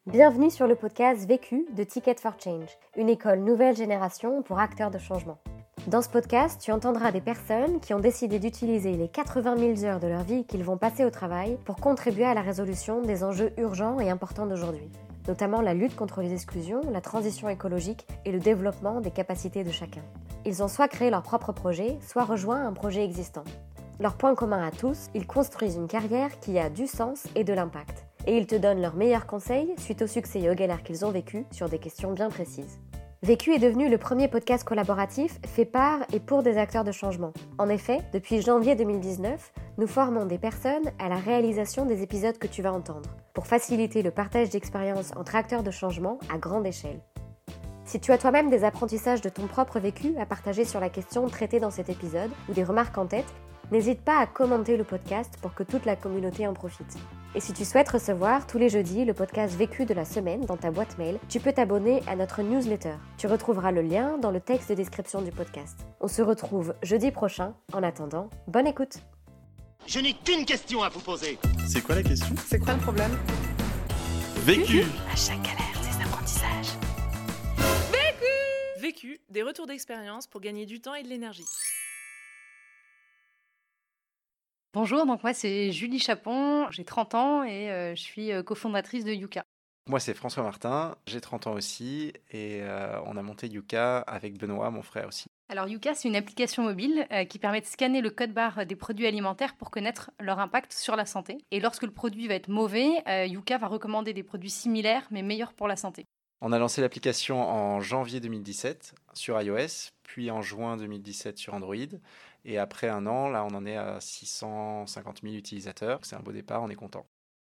Bienvenue sur le podcast Vécu de Ticket for Change, une école nouvelle génération pour acteurs de changement. Dans ce podcast, tu entendras des personnes qui ont décidé d'utiliser les 80 000 heures de leur vie qu'ils vont passer au travail pour contribuer à la résolution des enjeux urgents et importants d'aujourd'hui, notamment la lutte contre les exclusions, la transition écologique et le développement des capacités de chacun. Ils ont soit créé leur propre projet, soit rejoint un projet existant. Leur point commun à tous, ils construisent une carrière qui a du sens et de l'impact. Et ils te donnent leurs meilleurs conseils suite au succès et aux galères qu'ils ont vécues sur des questions bien précises. Vécu est devenu le premier podcast collaboratif fait par et pour des acteurs de changement. En effet, depuis janvier 2019, nous formons des personnes à la réalisation des épisodes que tu vas entendre, pour faciliter le partage d'expériences entre acteurs de changement à grande échelle. Si tu as toi-même des apprentissages de ton propre vécu à partager sur la question traitée dans cet épisode ou des remarques en tête, n'hésite pas à commenter le podcast pour que toute la communauté en profite. Et si tu souhaites recevoir tous les jeudis le podcast Vécu de la semaine dans ta boîte mail, tu peux t'abonner à notre newsletter. Tu retrouveras le lien dans le texte de description du podcast. On se retrouve jeudi prochain. En attendant, bonne écoute. Je n'ai qu'une question à vous poser. C'est quoi la question ? C'est quoi le problème ? Vécu. À chaque galère, des apprentissages. Vécu, des retours d'expérience pour gagner du temps et de l'énergie. Bonjour, donc moi c'est Julie Chapon, j'ai 30 ans et je suis cofondatrice de Yuka. Moi, c'est François Martin, j'ai 30 ans aussi et on a monté Yuka avec Benoît, mon frère aussi. Alors Yuka, c'est une application mobile qui permet de scanner le code barre des produits alimentaires pour connaître leur impact sur la santé. Et lorsque le produit va être mauvais, Yuka va recommander des produits similaires mais meilleurs pour la santé. On a lancé l'application en janvier 2017 sur iOS, puis en juin 2017 sur Android. Et après un an, là, on en est à 650 000 utilisateurs. C'est un beau départ, on est content.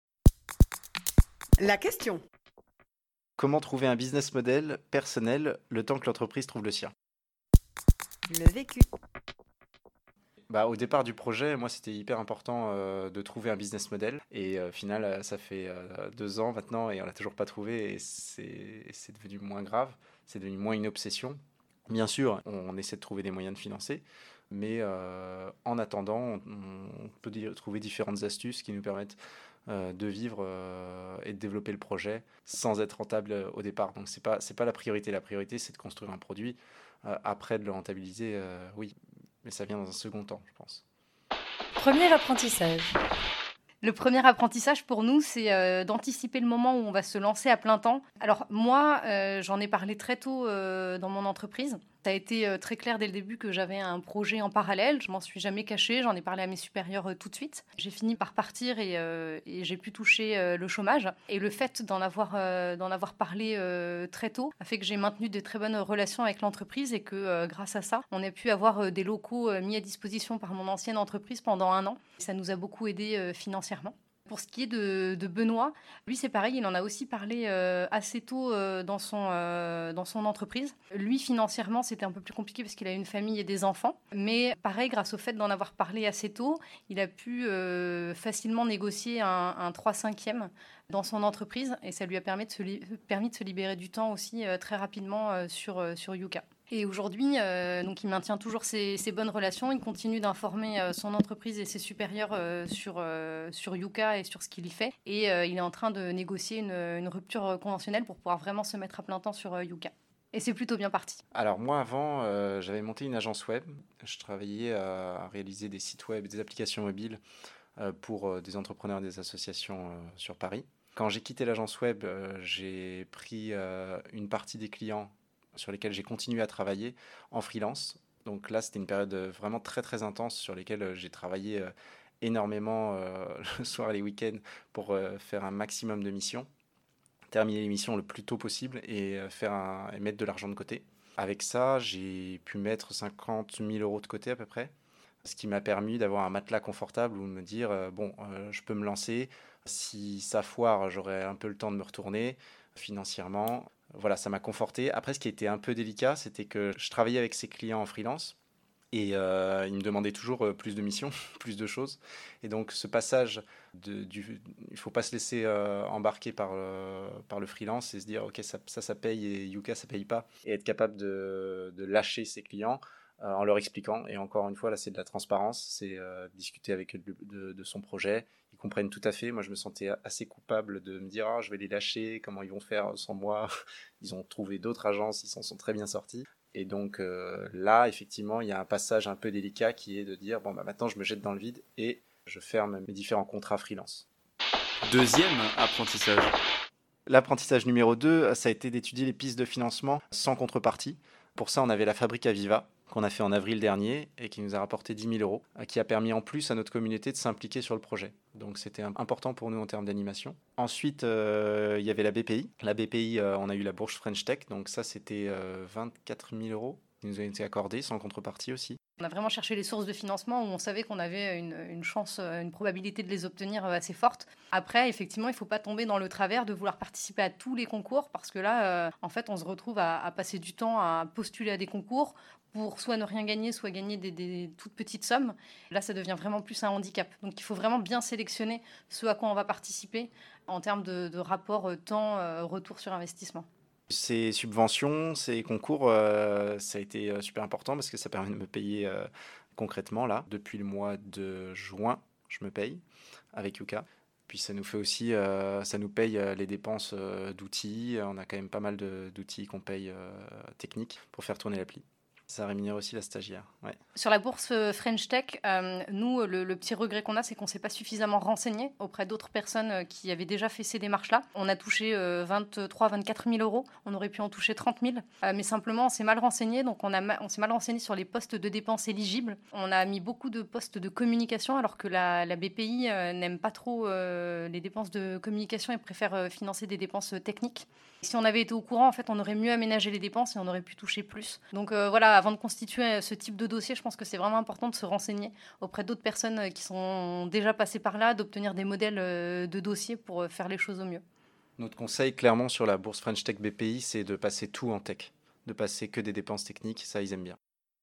La question. Comment trouver un business model personnel le temps que l'entreprise trouve le sien ? Le vécu. Au départ du projet, moi, c'était hyper important de trouver un business model. Et au final, ça fait 2 ans maintenant et on l'a toujours pas trouvé. Et c'est devenu moins grave, c'est devenu moins une obsession. Bien sûr, on essaie de trouver des moyens de financer. Mais en attendant, on peut trouver différentes astuces qui nous permettent de vivre et de développer le projet sans être rentable au départ. Donc, c'est pas la priorité. La priorité, c'est de construire un produit. Après, de le rentabiliser, oui. Mais ça vient dans un second temps, je pense. Premier apprentissage. Le premier apprentissage pour nous, c'est d'anticiper le moment où on va se lancer à plein temps. Alors moi, j'en ai parlé très tôt dans mon entreprise. Ça a été très clair dès le début que j'avais un projet en parallèle. Je m'en suis jamais cachée, j'en ai parlé à mes supérieurs tout de suite. J'ai fini par partir et j'ai pu toucher le chômage. Et le fait d'en avoir parlé très tôt a fait que j'ai maintenu de très bonnes relations avec l'entreprise et que grâce à ça, on a pu avoir des locaux mis à disposition par mon ancienne entreprise pendant 1 an. Ça nous a beaucoup aidé financièrement. Pour ce qui est de Benoît, lui c'est pareil, il en a aussi parlé assez tôt dans son entreprise. Lui financièrement c'était un peu plus compliqué parce qu'il a une famille et des enfants, mais pareil grâce au fait d'en avoir parlé assez tôt, il a pu facilement négocier un 3/5e dans son entreprise et ça lui a permis de se libérer du temps aussi très rapidement sur Yuka. Et aujourd'hui, donc il maintient toujours ses bonnes relations. Il continue d'informer son entreprise et ses supérieurs sur Yuka et sur ce qu'il y fait. Et il est en train de négocier une rupture conventionnelle pour pouvoir vraiment se mettre à plein temps sur Yuka. Et c'est plutôt bien parti. Alors moi, avant, j'avais monté une agence web. Je travaillais à réaliser des sites web et des applications mobiles pour des entrepreneurs et des associations sur Paris. Quand j'ai quitté l'agence web, j'ai pris une partie des clients sur lesquels j'ai continué à travailler en freelance. Donc là, c'était une période vraiment très, très intense sur laquelle j'ai travaillé énormément le soir et les week-ends pour faire un maximum de missions, terminer les missions le plus tôt possible et mettre de l'argent de côté. Avec ça, j'ai pu mettre 50 000 euros de côté à peu près, ce qui m'a permis d'avoir un matelas confortable où me dire je peux me lancer. Si ça foire, j'aurai un peu le temps de me retourner financièrement. Voilà, ça m'a conforté. Après, ce qui était un peu délicat, c'était que je travaillais avec ces clients en freelance et ils me demandaient toujours plus de missions, plus de choses. Et donc, ce passage, il ne faut pas se laisser embarquer par le freelance et se dire, OK, ça paye et Yuka, ça ne paye pas. Et être capable de lâcher ses clients en leur expliquant. Et encore une fois, là, c'est de la transparence. C'est discuter avec eux de son projet. Ils comprennent tout à fait. Moi, je me sentais assez coupable de me dire je vais les lâcher, comment ils vont faire sans moi. Ils ont trouvé d'autres agences, ils s'en sont très bien sortis. Et donc là, effectivement, il y a un passage un peu délicat qui est de dire maintenant, je me jette dans le vide et je ferme mes différents contrats freelance. Deuxième apprentissage. L'apprentissage numéro 2, ça a été d'étudier les pistes de financement sans contrepartie. Pour ça, on avait la Fabrique Aviva, qu'on a fait en avril dernier et qui nous a rapporté 10 000 €, qui a permis en plus à notre communauté de s'impliquer sur le projet. Donc c'était important pour nous en termes d'animation. Ensuite, il y avait la BPI. La BPI, on a eu la bourse French Tech, donc ça c'était 24 000 € qui nous ont été accordés sans contrepartie aussi. On a vraiment cherché les sources de financement où on savait qu'on avait une chance, une probabilité de les obtenir assez forte. Après, effectivement, il ne faut pas tomber dans le travers de vouloir participer à tous les concours parce que là, en fait, on se retrouve à passer du temps à postuler à des concours pour soit ne rien gagner, soit gagner des toutes petites sommes. Là, ça devient vraiment plus un handicap. Donc, il faut vraiment bien sélectionner ce à quoi on va participer en termes de rapport temps-retour sur investissement. Ces subventions, ces concours, ça a été super important parce que ça permet de me payer concrètement là. Depuis le mois de juin, je me paye avec Yuka. Puis ça nous fait aussi, ça nous paye les dépenses d'outils. On a quand même pas mal d'outils qu'on paye techniques pour faire tourner l'appli. Ça rémunère aussi la stagiaire. Ouais. Sur la bourse French Tech, nous, le petit regret qu'on a, c'est qu'on ne s'est pas suffisamment renseigné auprès d'autres personnes qui avaient déjà fait ces démarches-là. On a touché 23-24 000 €. On aurait pu en toucher 30 000. Mais simplement, on s'est mal renseigné. Donc, on s'est mal renseigné sur les postes de dépenses éligibles. On a mis beaucoup de postes de communication, alors que la BPI n'aime pas trop les dépenses de communication et préfère financer des dépenses techniques. Si on avait été au courant, en fait, on aurait mieux aménagé les dépenses et on aurait pu toucher plus. Donc voilà, avant de constituer ce type de dossier, je pense que c'est vraiment important de se renseigner auprès d'autres personnes qui sont déjà passées par là, d'obtenir des modèles de dossiers pour faire les choses au mieux. Notre conseil, clairement, sur la bourse French Tech BPI, c'est de passer tout en tech, de passer que des dépenses techniques. Ça, ils aiment bien.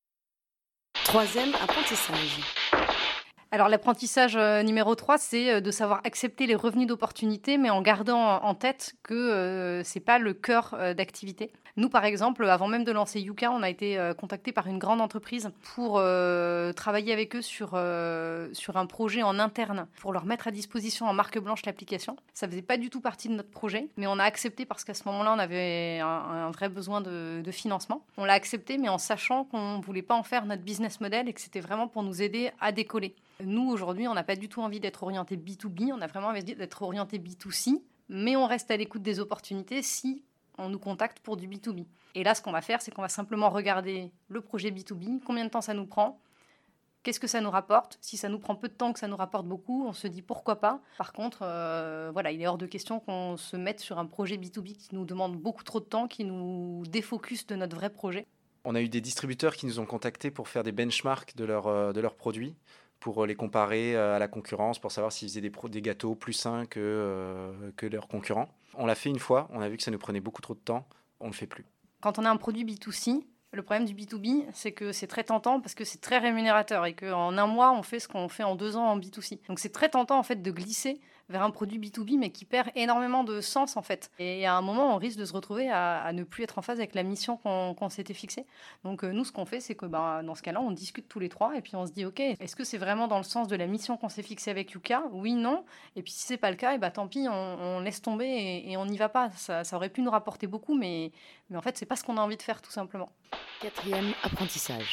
Troisième apprentissage. Alors l'apprentissage numéro 3, c'est de savoir accepter les revenus d'opportunité, mais en gardant en tête que ce n'est pas le cœur d'activité. Nous, par exemple, avant même de lancer Yuka, on a été contacté par une grande entreprise pour travailler avec eux sur un projet en interne, pour leur mettre à disposition en marque blanche l'application. Ça ne faisait pas du tout partie de notre projet, mais on a accepté parce qu'à ce moment-là, on avait un vrai besoin de financement. On l'a accepté, mais en sachant qu'on ne voulait pas en faire notre business model et que c'était vraiment pour nous aider à décoller. Nous, aujourd'hui, on n'a pas du tout envie d'être orienté B2B, on a vraiment envie d'être orienté B2C, mais on reste à l'écoute des opportunités si on nous contacte pour du B2B. Et là, ce qu'on va faire, c'est qu'on va simplement regarder le projet B2B, combien de temps ça nous prend, qu'est-ce que ça nous rapporte. Si ça nous prend peu de temps, que ça nous rapporte beaucoup, on se dit pourquoi pas. Par contre, il est hors de question qu'on se mette sur un projet B2B qui nous demande beaucoup trop de temps, qui nous défocus de notre vrai projet. On a eu des distributeurs qui nous ont contactés pour faire des benchmarks de leurs produits, pour les comparer à la concurrence, pour savoir s'ils faisaient des gâteaux plus sains que leurs concurrents. On l'a fait une fois, on a vu que ça nous prenait beaucoup trop de temps, on ne le fait plus. Quand on a un produit B2C, le problème du B2B, c'est que c'est très tentant parce que c'est très rémunérateur et qu'en un mois, on fait ce qu'on fait en 2 ans en B2C. Donc c'est très tentant en fait de glisser vers un produit B2B, mais qui perd énormément de sens en fait. Et à un moment, on risque de se retrouver à ne plus être en phase avec la mission qu'on s'était fixée. Donc nous, ce qu'on fait, c'est que dans ce cas-là, on discute tous les trois et puis on se dit, ok, est-ce que c'est vraiment dans le sens de la mission qu'on s'est fixée avec Yuka? Oui, non. Et puis si c'est pas le cas, tant pis, on laisse tomber et on n'y va pas. Ça aurait pu nous rapporter beaucoup, mais en fait, c'est pas ce qu'on a envie de faire tout simplement. Quatrième apprentissage.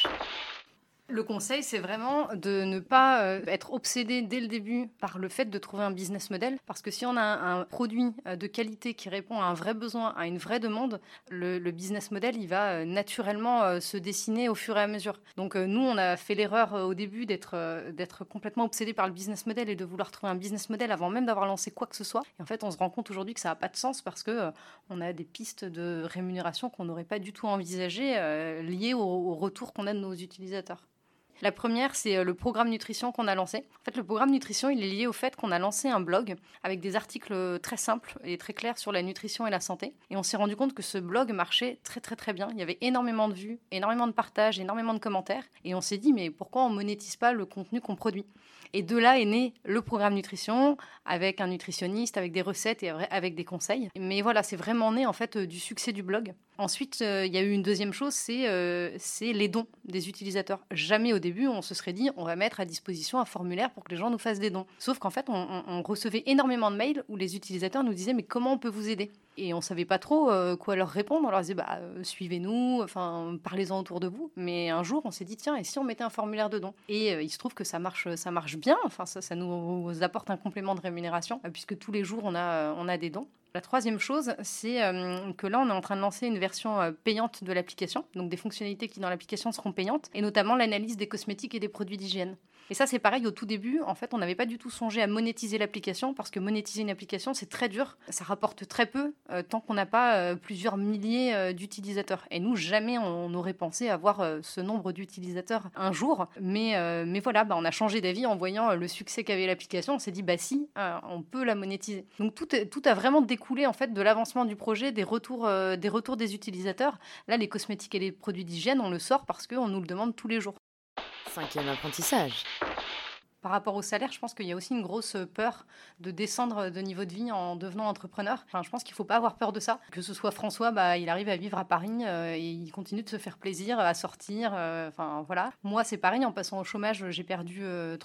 Le conseil, c'est vraiment de ne pas être obsédé dès le début par le fait de trouver un business model. Parce que si on a un produit de qualité qui répond à un vrai besoin, à une vraie demande, le business model, il va naturellement se dessiner au fur et à mesure. Donc nous, on a fait l'erreur au début d'être complètement obsédé par le business model et de vouloir trouver un business model avant même d'avoir lancé quoi que ce soit. Et en fait, on se rend compte aujourd'hui que ça n'a pas de sens parce qu'on a des pistes de rémunération qu'on n'aurait pas du tout envisagées liées au retour qu'on a de nos utilisateurs. La première, c'est le programme nutrition qu'on a lancé. En fait, le programme nutrition, il est lié au fait qu'on a lancé un blog avec des articles très simples et très clairs sur la nutrition et la santé. Et on s'est rendu compte que ce blog marchait très très très bien. Il y avait énormément de vues, énormément de partages, énormément de commentaires. Et on s'est dit, mais pourquoi on monétise pas le contenu qu'on produit ? Et de là est né le programme nutrition avec un nutritionniste, avec des recettes et avec des conseils. Mais voilà, c'est vraiment né en fait du succès du blog. Ensuite, il y a eu une deuxième chose, c'est les dons des utilisateurs. Jamais au début, on se serait dit, on va mettre à disposition un formulaire pour que les gens nous fassent des dons. Sauf qu'en fait, on recevait énormément de mails où les utilisateurs nous disaient, mais comment on peut vous aider ? Et on ne savait pas trop quoi leur répondre. On leur disait, suivez-nous, parlez-en autour de vous. Mais un jour, on s'est dit, tiens, et si on mettait un formulaire de dons ? Et il se trouve que ça marche bien. Ça nous apporte un complément de rémunération, puisque tous les jours, on a des dons. La troisième chose, c'est que là, on est en train de lancer une version payante de l'application, donc des fonctionnalités qui, dans l'application, seront payantes, et notamment l'analyse des cosmétiques et des produits d'hygiène. Et ça, c'est pareil, au tout début, en fait, on n'avait pas du tout songé à monétiser l'application, parce que monétiser une application, c'est très dur. Ça rapporte très peu, tant qu'on n'a pas plusieurs milliers d'utilisateurs. Et nous, jamais on n'aurait pensé avoir ce nombre d'utilisateurs un jour. Mais voilà, on a changé d'avis en voyant le succès qu'avait l'application. On s'est dit, si, on peut la monétiser. Donc tout a vraiment découlé, en fait, de l'avancement du projet, des retours des utilisateurs. Là, les cosmétiques et les produits d'hygiène, on le sort parce qu'on nous le demande tous les jours. 5e apprentissage. Par rapport au salaire, je pense qu'il y a aussi une grosse peur de descendre de niveau de vie en devenant entrepreneur. Je pense qu'il ne faut pas avoir peur de ça. Que ce soit François, il arrive à vivre à Paris et il continue de se faire plaisir, à sortir. Voilà. Moi, c'est pareil. En passant au chômage, j'ai perdu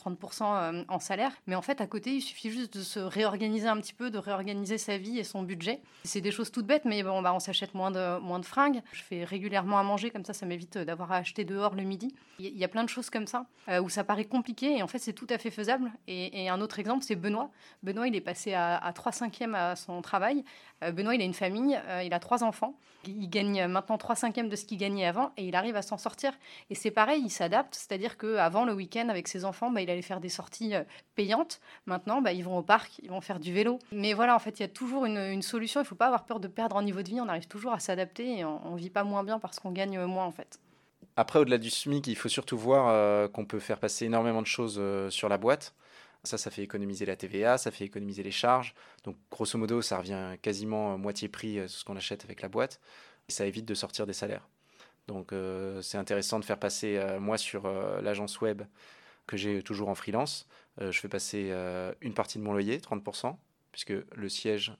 30% en salaire. Mais en fait, à côté, il suffit juste de se réorganiser un petit peu, de réorganiser sa vie et son budget. C'est des choses toutes bêtes, mais on s'achète moins de fringues. Je fais régulièrement à manger, comme ça m'évite d'avoir à acheter dehors le midi. Il y a plein de choses comme ça où ça paraît compliqué et en fait, c'est tout à fait faisable. Et un autre exemple, c'est Benoît. Benoît, il est passé à 3/5 à son travail. Benoît, il a une famille, il a 3 enfants. Il gagne maintenant 3/5 de ce qu'il gagnait avant et il arrive à s'en sortir. Et c'est pareil, il s'adapte. C'est-à-dire qu'avant, le week-end, avec ses enfants, il allait faire des sorties payantes. Maintenant, ils vont au parc, ils vont faire du vélo. Mais voilà, en fait, il y a toujours une solution. Il ne faut pas avoir peur de perdre en niveau de vie. On arrive toujours à s'adapter et on ne vit pas moins bien parce qu'on gagne moins, en fait. Après, au-delà du SMIC, il faut surtout voir qu'on peut faire passer énormément de choses sur la boîte. Ça fait économiser la TVA, ça fait économiser les charges. Donc, grosso modo, ça revient quasiment moitié prix ce qu'on achète avec la boîte. Et ça évite de sortir des salaires. Donc, c'est intéressant de faire passer, moi, sur l'agence web que j'ai toujours en freelance, je fais passer une partie de mon loyer, 30%, puisque le siège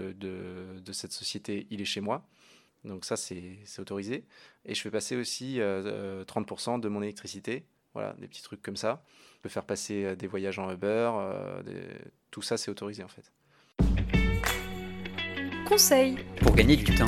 de cette société, il est chez moi. Donc ça, c'est autorisé. Et je fais passer aussi 30% de mon électricité. Voilà, des petits trucs comme ça. Je peux faire passer des voyages en Uber. Tout ça, c'est autorisé en fait. Conseil pour gagner du temps.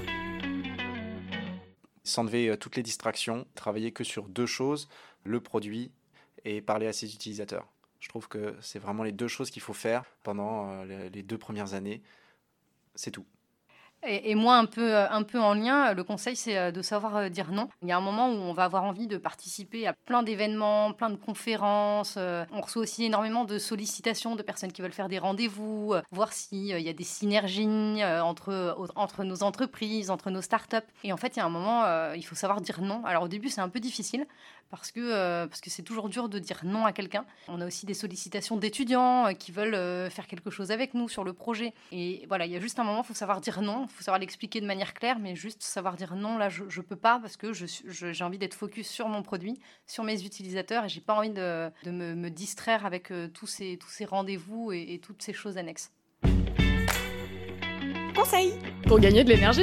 S'enlever toutes les distractions, travailler que sur 2 choses, le produit et parler à ses utilisateurs. Je trouve que c'est vraiment les 2 choses qu'il faut faire pendant les 2 premières années. C'est tout. Et moi, un peu en lien, le conseil, c'est de savoir dire non. Il y a un moment où on va avoir envie de participer à plein d'événements, plein de conférences. On reçoit aussi énormément de sollicitations de personnes qui veulent faire des rendez-vous, voir s'il y a des synergies entre nos entreprises, entre nos startups. Et en fait, il y a un moment, il faut savoir dire non. Alors au début, c'est un peu difficile parce que c'est toujours dur de dire non à quelqu'un. On a aussi des sollicitations d'étudiants qui veulent faire quelque chose avec nous sur le projet. Et voilà, il y a juste un moment, il faut savoir dire non. Il faut savoir l'expliquer de manière claire, mais juste savoir dire non, là, je ne peux pas parce que j'ai envie d'être focus sur mon produit, sur mes utilisateurs et je n'ai pas envie de me distraire avec tous ces rendez-vous et toutes ces choses annexes. Conseil pour gagner de l'énergie.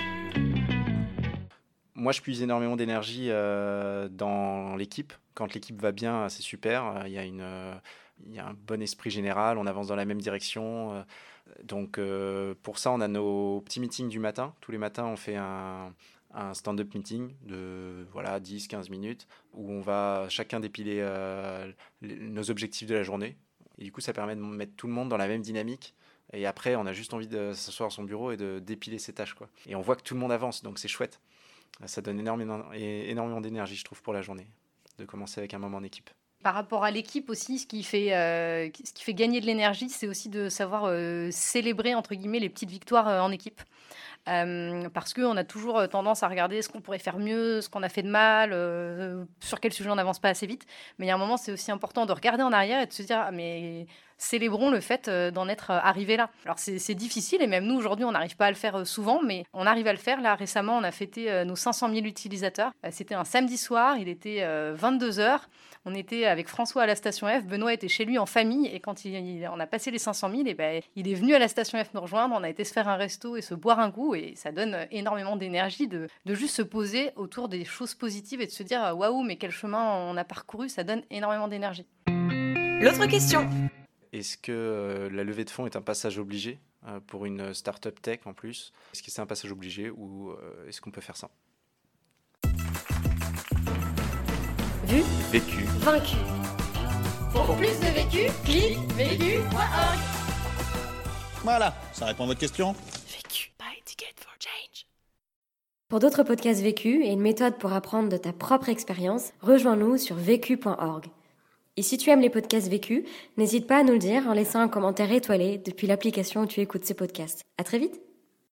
Moi, je puise énormément d'énergie dans l'équipe. Quand l'équipe va bien, c'est super. Il y a un bon esprit général, on avance dans la même direction. Donc, pour ça, on a nos petits meetings du matin. Tous les matins, on fait un stand-up meeting de 10-15 minutes où on va chacun dépiler nos objectifs de la journée. Et du coup, ça permet de mettre tout le monde dans la même dynamique. Et après, on a juste envie de s'asseoir à son bureau et de dépiler ses tâches, quoi. Et on voit que tout le monde avance, donc c'est chouette. Ça donne énormément d'énergie, je trouve, pour la journée, de commencer avec un moment en équipe. Par rapport à l'équipe aussi, ce qui fait gagner de l'énergie, c'est aussi de savoir célébrer, entre guillemets, les petites victoires en équipe. Parce qu'on a toujours tendance à regarder ce qu'on pourrait faire mieux, ce qu'on a fait de mal, sur quel sujet on n'avance pas assez vite. Mais il y a un moment, c'est aussi important de regarder en arrière et de se dire mais célébrons le fait d'en être arrivé là. Alors c'est difficile et même nous aujourd'hui on n'arrive pas à le faire souvent, mais on arrive à le faire. Là récemment on a fêté nos 500 000 utilisateurs. C'était un samedi soir, il était 22h. On était avec François à la station F, Benoît était chez lui en famille et quand on a passé les 500 000, il est venu à la station F nous rejoindre. On a été se faire un resto et se boire boire un coup et ça donne énormément d'énergie de juste se poser autour des choses positives et de se dire waouh, mais quel chemin on a parcouru, ça donne énormément d'énergie. L'autre question. Est-ce que la levée de fonds est un passage obligé pour une start-up tech en plus? Est-ce que c'est un passage obligé ou est-ce qu'on peut faire ça? Vu, Vécu. vaincu. Pour plus de vécu, clique vécu.org. Voilà, ça répond à votre question. Vécu by Ticket for Change. Pour d'autres podcasts vécus et une méthode pour apprendre de ta propre expérience, rejoins-nous sur vécu.org. Et si tu aimes les podcasts vécus, n'hésite pas à nous le dire en laissant un commentaire étoilé depuis l'application où tu écoutes ces podcasts. À très vite!